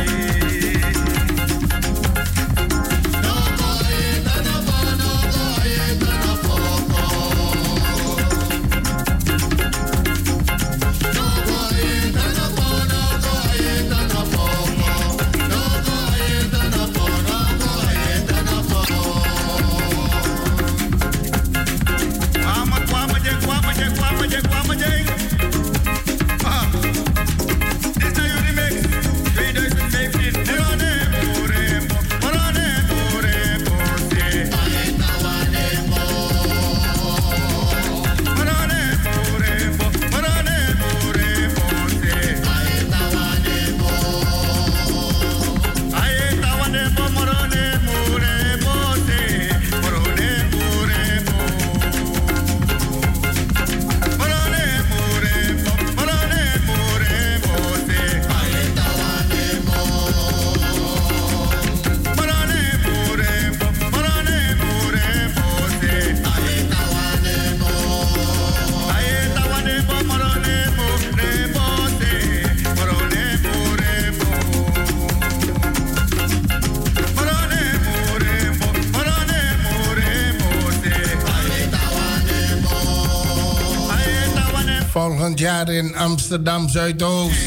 [SPEAKER 14] Noko ayeta no ponoko, ayeta no poko. Noko ayeta no ponoko, ayeta no poko. Noko ayeta no ponoko, ayeta no poko. Kwama, kwama, je, kwama, je, kwama, je, kwama, je. Ah, this now you remix twenty fifteen. Morone, morembo, morone, morembo, se. Ayeta wanembo. Morone, morembo, morone, morembo, se. Ayeta wanembo. Ayeta wanembo, morone, morembo, se. Morone, morembo. Morone, morembo, morone, morembo, se. Ayeta wanembo. Morone, morembo, morone, morembo, se. Ayeta wanembo. Ayeta wanembo, morone, morembo, se. Morone, morembo. Morone, morembo, morone, morembo, se. Ayeta wanembo. Ayeta wanembo.
[SPEAKER 10] Volgend jaar in Amsterdam Zuidoost.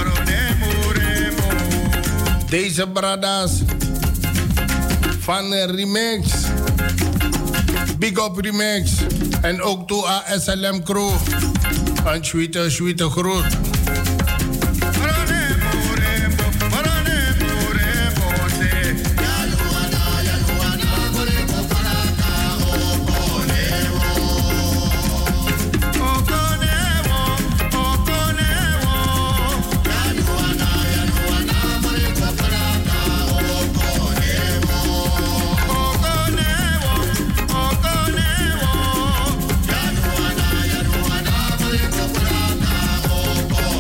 [SPEAKER 10] Deze bradas van een remix. Big Up Remix. En ook toe A S L M Crew. Een sweete, sweete groet.
[SPEAKER 14] Oh,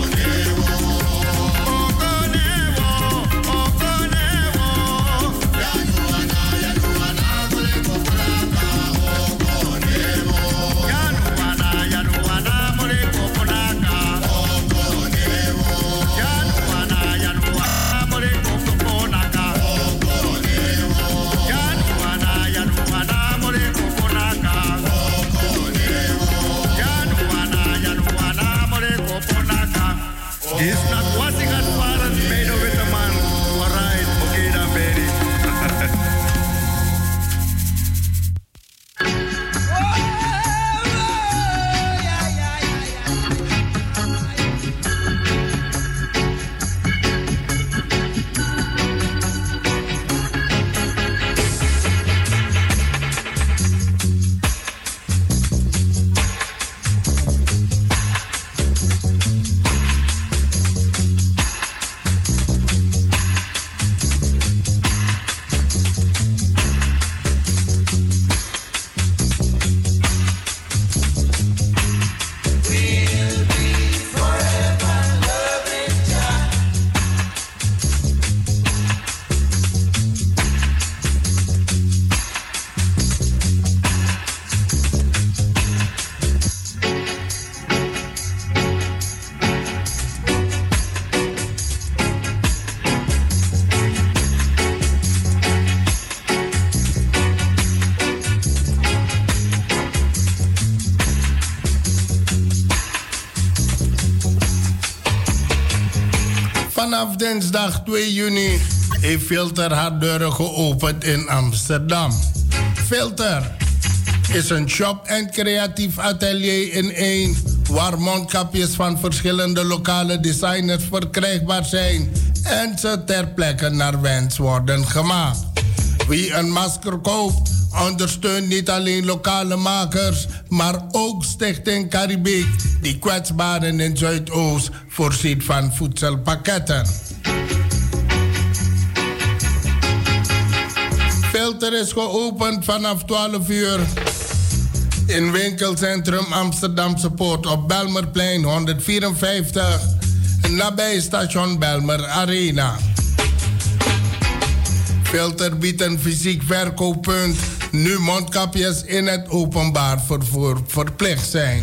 [SPEAKER 10] Vanaf dinsdag twee juni heeft Filter haar deuren geopend in Amsterdam. Filter is een shop en creatief atelier in één, waar mondkapjes van verschillende lokale designers verkrijgbaar zijn en ze ter plekke naar wens worden gemaakt. Wie een masker koopt, ondersteunt niet alleen lokale makers, maar ook Stichting Caribiek, die kwetsbaren in Zuidoost voorziet van voedselpakketten. Filter is geopend vanaf twaalf uur in winkelcentrum Amsterdamse Poort op Belmerplein honderdvierenvijftig, nabij station Belmer Arena. Filter biedt een fysiek verkooppunt, nu mondkapjes in het openbaar vervoer verplicht zijn.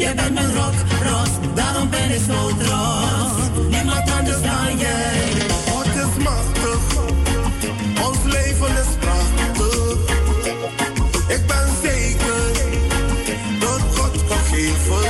[SPEAKER 15] Je bent mijn rock, Ros, daarom ben ik zo trots. Niemand anders dan jij.
[SPEAKER 16] God is machtig, ons leven is prachtig. Ik ben zeker dat God gegeven.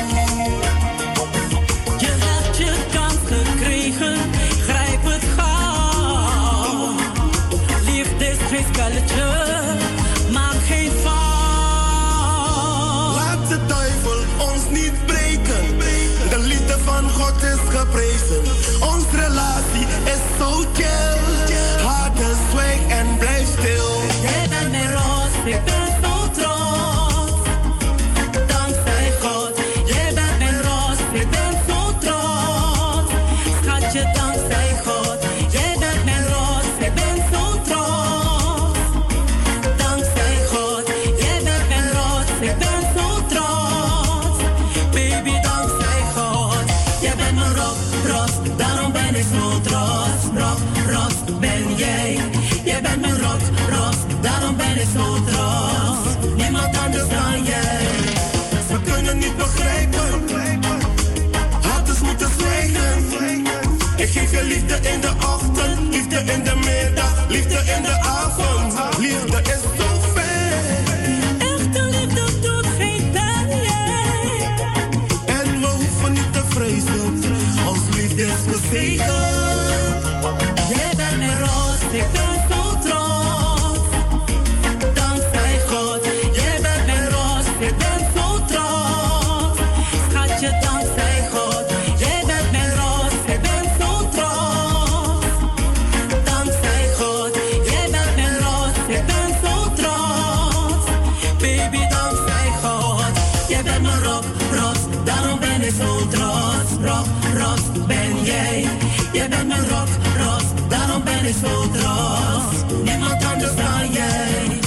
[SPEAKER 15] Je hebt je kans gekregen, grijp het gauw. Liefde is geen spelletje, maak geen fout.
[SPEAKER 16] Laat de duivel ons niet breken, de liefde van God is geprezen. Onze relatie is zo chill, harde zwijg en blijf stil.
[SPEAKER 15] Jij bent mijn roos, ik ben zo trots. Dankzij God, jij bent mijn roos, ik ben zo trots. Schatje, dankzij God, jij bent mijn roos, ik ben zo trots. Dankzij God, jij bent mijn roos, ik ben zo trots. Baby, dankzij God, jij bent mijn rock, Ros, daarom ben ik zo trots. Rock, Ros, ben jij. Jij bent mijn rock, Ros, daarom ben ik zo trots. Niemand anders dan jij.
[SPEAKER 16] We kunnen niet begrijpen, haters moeten zwijgen. Ik geef je liefde in de ochtend, liefde in de middag, liefde in de avond. Liefde is zo ver.
[SPEAKER 15] Echte liefde doet geen pijn.
[SPEAKER 16] En we hoeven niet te vrezen, ons liefde is gezegend.
[SPEAKER 15] Jij bent mijn roos, ik ben zo trots. Dankzij God, jij bent mijn roos, ik ben zo trots. Schatje, dankzij God, jij bent mijn roos, ik ben zo trots. Dankzij God, jij bent mijn roos, ik ben zo trots. Baby, dankzij God, jij bent mijn rock, Ros, daarom ben ik zo trots. Rock, Ros, ben jij. Jij bent mijn rock, Ros, daarom ben ik zo trots. Niemand anders dan jij.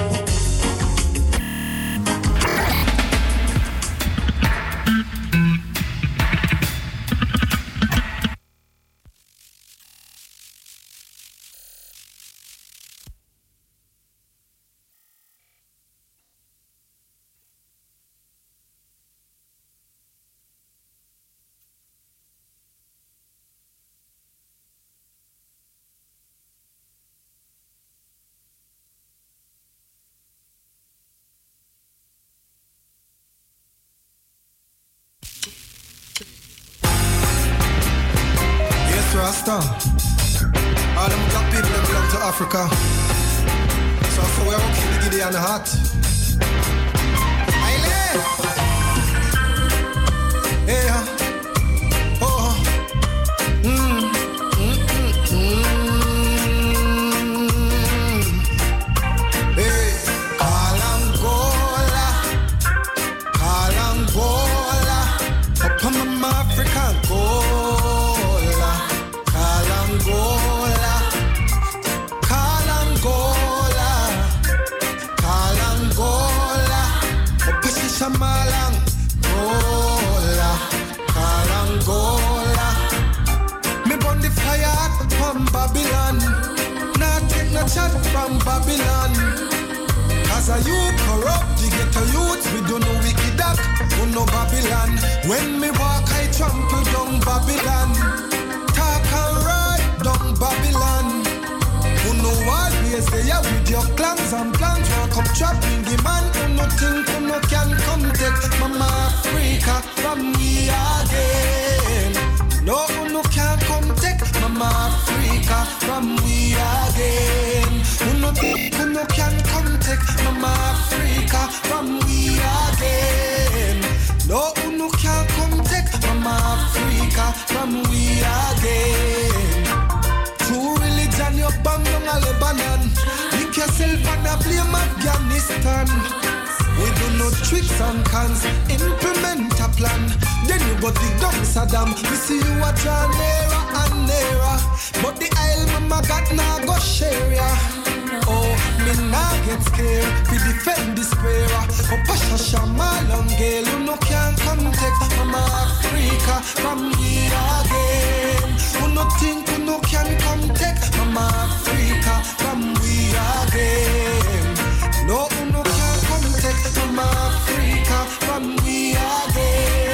[SPEAKER 17] Rasta. All them black people that belong to Africa. So for we all keep the giddy on the heart. Aile! Yeah. Oh. Mm. Mm, mm, mm. Hey. Kalangola. Kalangola. Up on my African Gola. Kalangola, Kalangola, Kalangola, Opasi Samalang, Gola, Kalangola. Me burn the fire from Babylon, not take no chat from Babylon. As a youth corrupt, the ghetto youth, we don't know wicked duck, we know Babylon. When me walk, I trample down Babylon. Talk and ride down Babylon. Who know always there with your clans and plans. Walk up trapping the man who no think who no can come take Mama Africa from me again. No who no can come take Mama Africa from me again. Who no think who no can come take Mama Africa from me again. No who no can come take Mama Africa from we again. True religion, you bang down a Lebanon. Pick yourself and a blame Afghanistan. We do no tricks and cons, implement a plan. Then you go dig down Saddam. We see you a draw nearer and nearer. But the Isle mama got now go share ya. Oh, me nah get scared. We defend this prayer. Oh, Pasha Shamalong girl, you no can come take Mama Africa from me again. Who no think who no can come take Mama Africa from we again. No, who no can come take Mama Africa from we again.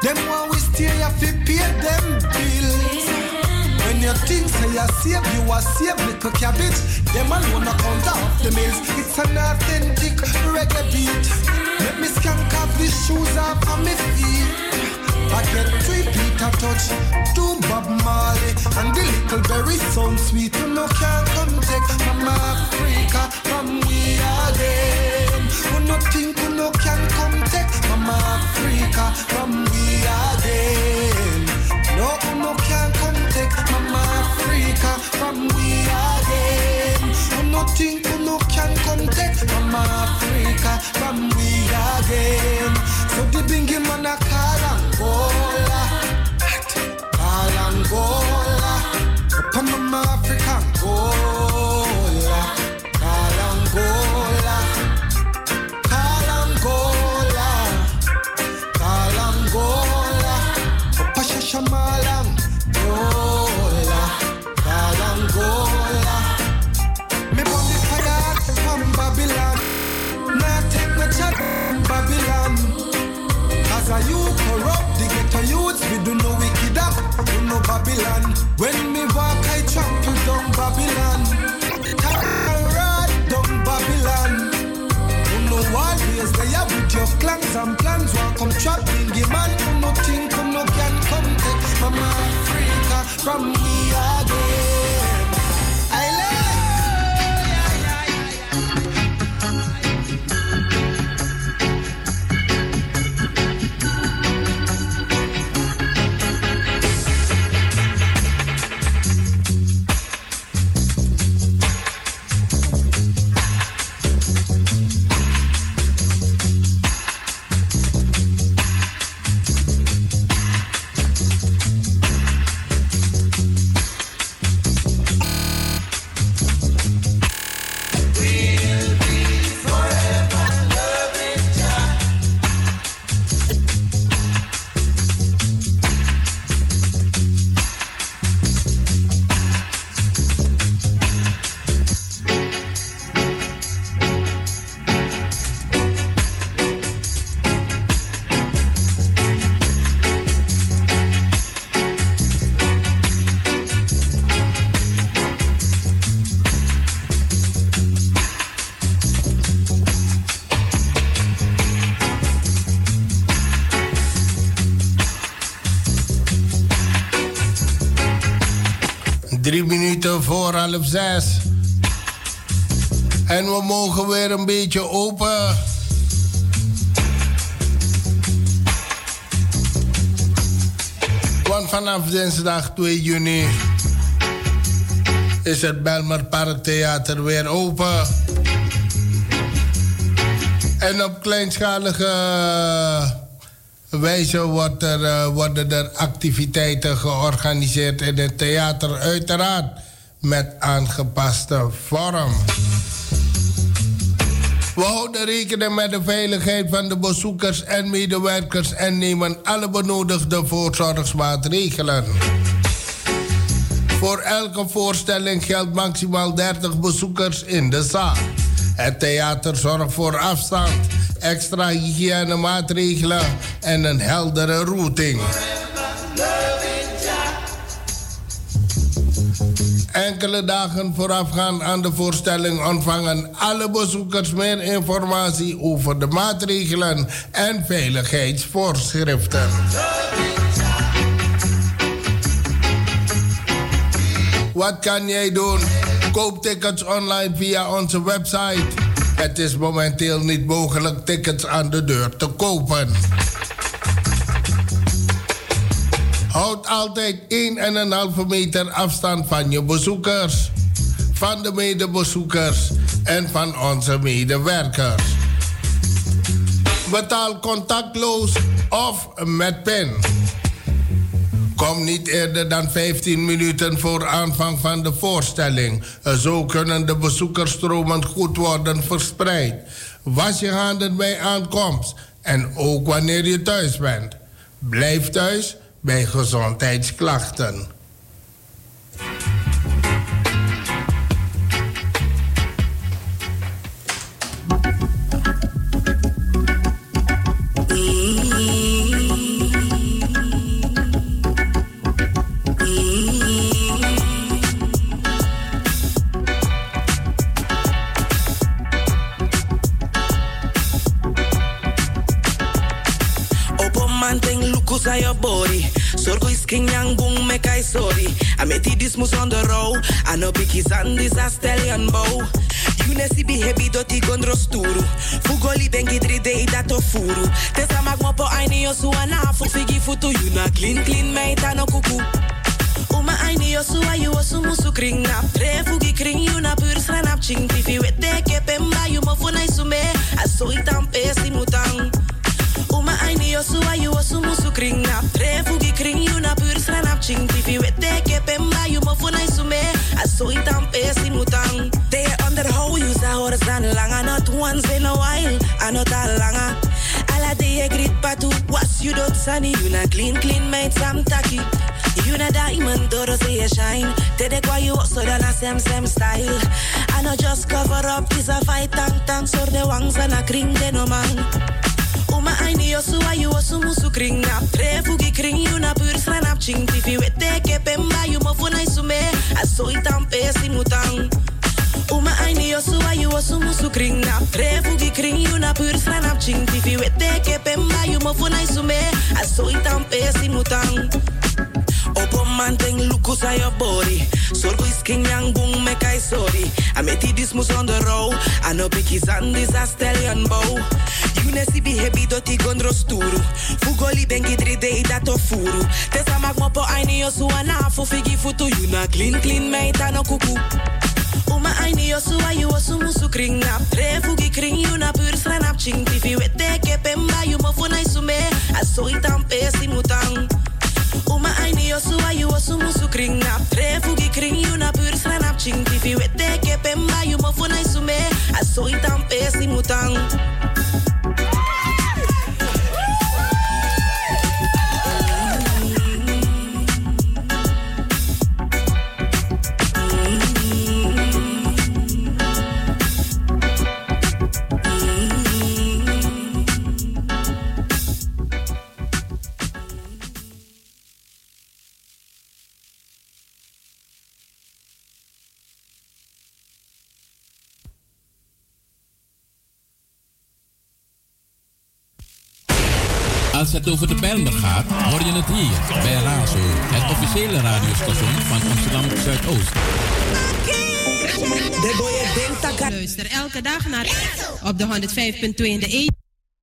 [SPEAKER 17] Them one we stay, you fi pay them bills. When you think say you save, you are save little cabbage. Them alone a count off the mills. It's an authentic reggae beat. Let me skank off the shoes off of my feet. I get three Peter touch, two Bob Marley, and the little berry sound sweet. You know can't come take Mama Africa from we again. You no think you no can come take Mama Africa from we again. No, you no can come take Mama Africa from we again. You no think you no can come take Mama Africa from we again. So the bingy man a call Angola, call Angola, up Mama Africa Angola, call Angola, call Angola, call Angola, up Shashamal Angola, call Angola. Me born the fire from Babylon, not take no chat from Babylon. As a you corrupt, the ghetto youths, we do no wicked up, we no Babylon. When me walk, I trample down Babylon. Ride down Babylon. You know what ways they have with your clans and plans. Walk come trapping, give man, you no think, you no can come take Mama Africa from me again. I love.
[SPEAKER 10] Drie minuten voor half zes. En we mogen weer een beetje open. Want vanaf dinsdag twee juni is het Belmer Parktheater weer open. En op kleinschalige wijze wordt er, uh, worden er activiteiten georganiseerd in het theater, uiteraard met aangepaste vorm. We houden rekening met de veiligheid van de bezoekers en medewerkers en nemen alle benodigde voorzorgsmaatregelen. Voor elke voorstelling geldt maximaal dertig bezoekers in de zaal. Het theater zorgt voor afstand, extra hygiënemaatregelen en een heldere routing. Enkele dagen voorafgaand aan de voorstelling ontvangen alle bezoekers meer informatie over de maatregelen en veiligheidsvoorschriften. Wat kan jij doen? Koop tickets online via onze website. Het is momenteel niet mogelijk tickets aan de deur te kopen. Houd altijd één komma vijf meter afstand van je bezoekers, van de medebezoekers en van onze medewerkers. Betaal contactloos of met PIN. Kom niet eerder dan vijftien minuten voor aanvang van de voorstelling. Zo kunnen de bezoekersstromen goed worden verspreid. Was je handen bij aankomst en ook wanneer je thuis bent. Blijf thuis bij gezondheidsklachten.
[SPEAKER 18] man ting lukus aan your body. Sorgo is king yang boom make I sorry. I met this mus on the road. I know bikis and this a stallion bow. You nesi be heavy doti gondro sturu. Fugoli bengi three day dat of furu. Tesa mag mopo aini yo suana. Fufigi futu you na clean clean meita no kuku. Uma aini yo suwa you osu musu kring nap. Tre fugi kring you na pur sranap ching. Tifi wete kepemba you mo funai sume. Aso itam pesi mutang. Uma aini yo suwa you osu musu kring nap. Tre fugi kring you na pur sranap ching. Tifi wete kepemba you mo funai sume. Aso itam pesi mutang. They onderhou you sa horas dan langa. Not once in a while. Ano ta langa. Ala de grit patu. Was you dot sunny. You na clean clean made some taki. You na diamond, doro say you shine. Tede kwa you so da na same same style. I know just cover up is a fight tang tang. So the wangs and a kring de no man. Uma aini yo suwa you osu musu kring nap. Tre fugi kring you na pur sranap ching. Tifi wete kepemba you mo funai sume. Aso itam pesi mutang. Uma aini yo suwa you osu musu kring nap. Tre fugi kring you na pur sranap ching. Tifi wete kepemba you mo funai sume. Aso itam pesi mutang. Opo man ting lukus aan your body. Sorgo is king yang boom make I sorry. I met this mus on the road. I know bikis and this a stallion bow. You nesi be heavy doti gondro sturu. Fugoli bengi three day dat of furu. Tesa mag mopo aini yo suana. Fufigi futu you na clean clean meita no kuku. Uma aini yo suwa you osu musu kring nap. Tre fugi kring you na pur sranap ching. Tifi wete kepemba you mo funai sume. Aso itam pesi mutang. Uma aini yo suwa you osu musu kring nap. Tre fugi kring you na pur sranap ching. Tifi wete kepemba you mo funai sume. Aso itam pesi mutang.
[SPEAKER 4] Als het over de Bijlmer gaat, hoor je het hier bij Razo, het officiële radiostation van Amsterdam Zuidoost.
[SPEAKER 7] Luister elke dag naar op de honderdvijf punt twee in de E.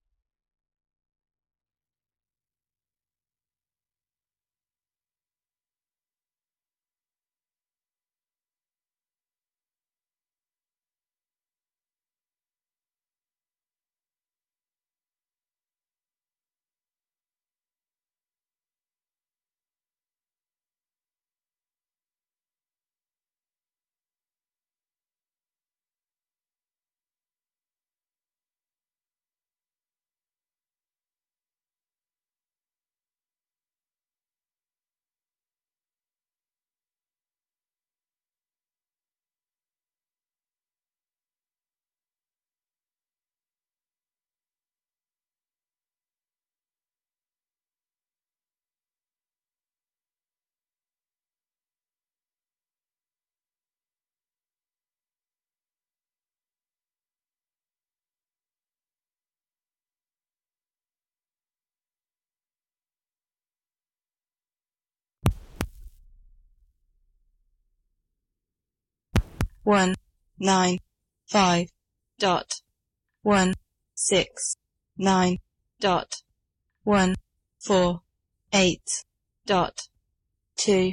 [SPEAKER 19] one nine five dot one six nine dot one four eight dot two